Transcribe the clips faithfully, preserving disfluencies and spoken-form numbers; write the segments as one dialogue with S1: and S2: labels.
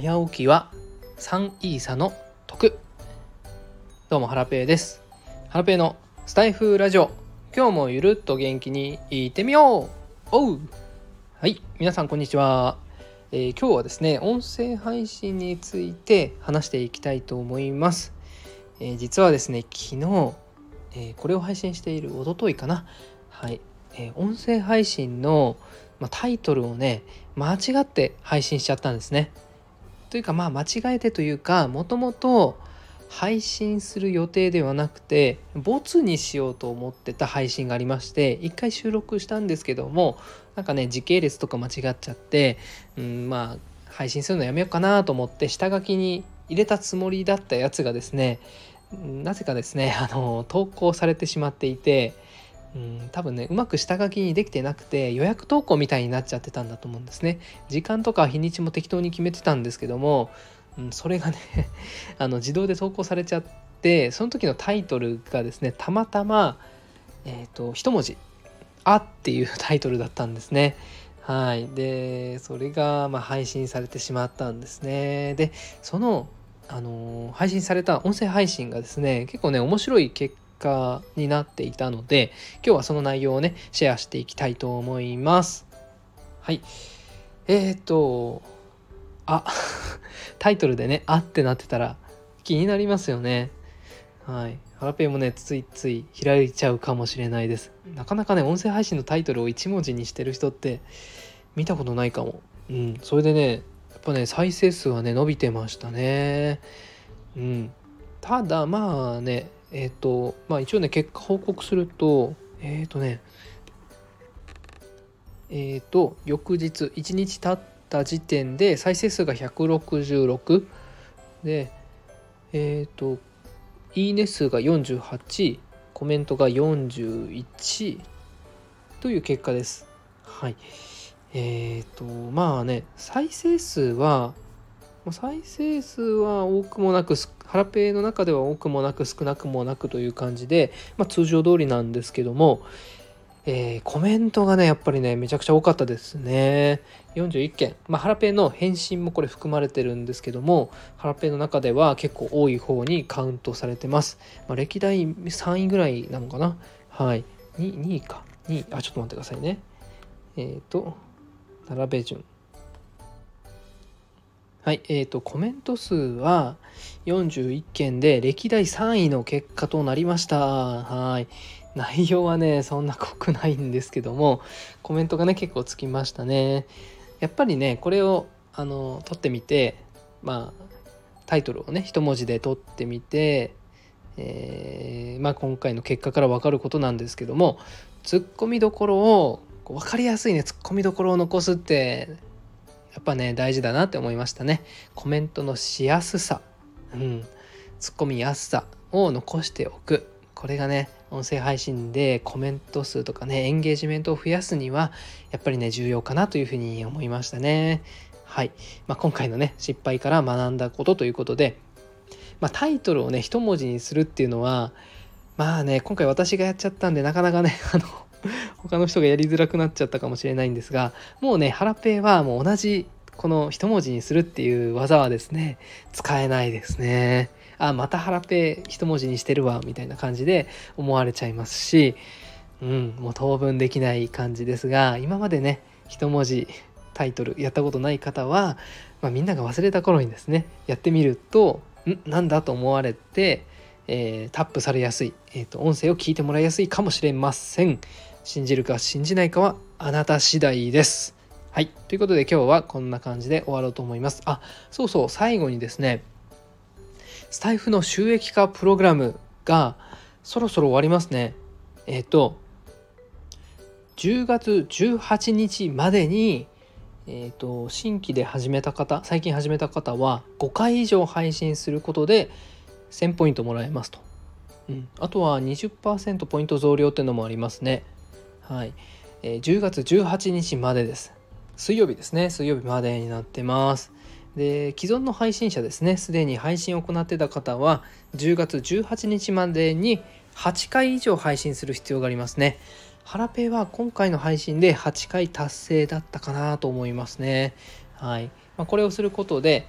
S1: 早起きはさんイーサの得。どうもハラペーです。ハラペーのスタイフラジオ、今日もゆるっと元気にいってみよう。おうはい、皆さんこんにちは。えー、今日はですね、音声配信について話していきたいと思います。えー、実はですね、昨日、えー、これを配信している一昨日かな。はい、えー、音声配信の、まあ、タイトルをね、間違って配信しちゃったんですね。というかまあ間違えてというか、もともと配信する予定ではなくてボツにしようと思ってた配信がありまして、一回収録したんですけども、なんかね時系列とか間違っちゃって、うん、まあ配信するのやめようかなと思って下書きに入れたつもりだったやつがですね、なぜかですねあの投稿されてしまっていて、うん、多分ねうまく下書きにできてなくて予約投稿みたいになっちゃってたんだと思うんですね。時間とか日にちも適当に決めてたんですけども、うん、それがねあの自動で投稿されちゃって、その時のタイトルがですねたまたま、えーと、一文字あっていうタイトルだったんですね。はい。でそれがまあ配信されてしまったんですね。でそのあのー配信された音声配信がですね結構ね面白い結果になっていたので、今日はその内容をねシェアしていきたいと思います。はい。えーとあタイトルでねあってなってたら気になりますよね。はい。ハラペンもねついつい開いちゃうかもしれないです。なかなかね音声配信のタイトルを一文字にしてる人って見たことないかも。うん。それでねやっぱね再生数はね伸びてましたね。うん。ただまあねえっ、とまあ一応ね結果報告すると、えっ、とねえっ、と翌日いちにち経った時点で再生数がひゃくろくじゅうろくで、えっ、といいね数がよんじゅうはち、コメントがよんじゅういちという結果です。はい。えっ、とまあね再生数は再生数は多くもなく、ハラペーの中では多くもなく少なくもなくという感じで、まあ、通常通りなんですけども、えー、コメントがねやっぱりねめちゃくちゃ多かったですね。よんじゅういっけん、まあ、ハラペーの返信もこれ含まれてるんですけども、ハラペーの中では結構多い方にカウントされてます。まあ、歴代さんいぐらいなのかな。はい。に, にいかにい、あちょっと待ってくださいね。えっ、ー、と並べ順、はい、えーと、コメント数はよんじゅういっけんで歴代さんいの結果となりました。はい。内容はね、そんな濃くないんですけども、コメントがね、結構つきましたね。やっぱりね、これを、あの、取ってみて、まあ、タイトルをね、一文字で取ってみて、えー、まあ、今回の結果から分かることなんですけども、ツッコミどころを、分かりやすいね、ツッコミどころを残すって、やっぱね大事だなって思いましたね。コメントのしやすさ、うん、ツッコミやすさを残しておく、これがね音声配信でコメント数とかねエンゲージメントを増やすにはやっぱりね重要かなというふうに思いましたね。はい、まあ、今回のね失敗から学んだことということで、まあ、タイトルをね一文字にするっていうのはまあね今回私がやっちゃったんでなかなかねあの他の人がやりづらくなっちゃったかもしれないんですが、もうねハラペーはもう同じこの一文字にするっていう技はですね使えないですね。あ、またハラペー一文字にしてるわみたいな感じで思われちゃいますし、うんもう当分できない感じですが、今までね一文字タイトルやったことない方は、まあ、みんなが忘れた頃にですねやってみるとんなんだと思われて、えー、タップされやすい、えーと、音声を聞いてもらいやすいかもしれません。信じるか信じないかはあなた次第です。はい。ということで今日はこんな感じで終わろうと思います。あ、そうそう、最後にですね、スタイフの収益化プログラムがそろそろ終わりますね。えっ、ー、と、じゅうがつじゅうはちにちまでに、えーと、新規で始めた方、最近始めた方はごかい以上配信することでせんポイントもらえますと。うん、あとは にじゅっパーセント ポイント増量っていうのもありますね。はい、えー、じゅうがつじゅうはちにちまでです。水曜日ですね。水曜日までになってます。で、既存の配信者ですね、すでに配信を行ってた方はじゅうがつじゅうはちにちまでにはちかい以上配信する必要がありますね。ハラペは今回の配信ではちかい達成だったかなと思いますね。はい。まあ、これをすることで、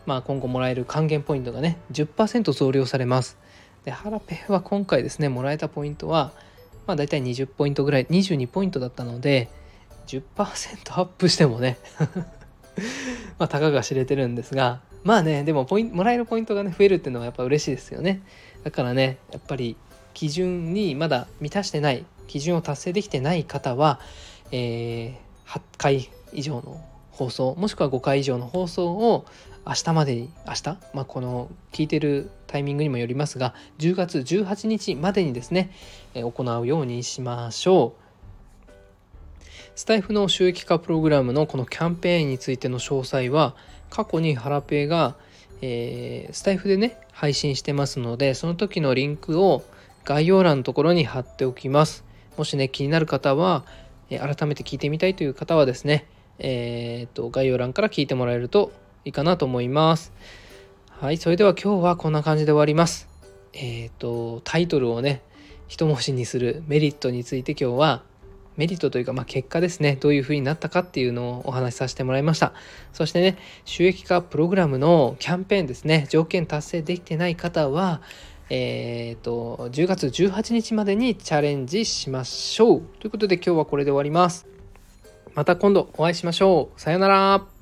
S1: まあ、今後もらえる還元ポイントがね じゅっパーセント 増量されます。でハラペイは今回ですねもらえたポイントは、まあ、だいたいにじゅうポイントぐらいにじゅうにポイントだったので じゅっパーセント アップしてもねまあたかが知れてるんですが、まあねでもポインもらえるポイントがね増えるっていうのはやっぱ嬉しいですよね。だからねやっぱり基準にまだ満たしてない基準を達成できてない方は、えー、はちかい以上の放送もしくはごかい以上の放送を明日までに明日、まあ、この聞いてるタイミングにもよりますがじゅうがつじゅうはちにちまでにですね、えー、行うようにしましょう。スタイフの収益化プログラムのこのキャンペーンについての詳細は過去にハラペイが、えー、スタイフでね配信してますのでその時のリンクを概要欄のところに貼っておきます。もしね気になる方は、えー、改めて聞いてみたいという方はですね、えー、と概要欄から聞いてもらえるといいかなと思います。はい、それでは今日はこんな感じで終わります。えっ、とタイトルをね一文字にするメリットについて今日はメリットというか、まあ、結果ですねどういう風になったかっていうのをお話しさせてもらいました。そしてね収益化プログラムのキャンペーンですね条件達成できてない方はえっ、とじゅうがつじゅうはちにちまでにチャレンジしましょうということで今日はこれで終わります。また今度お会いしましょう。さよなら。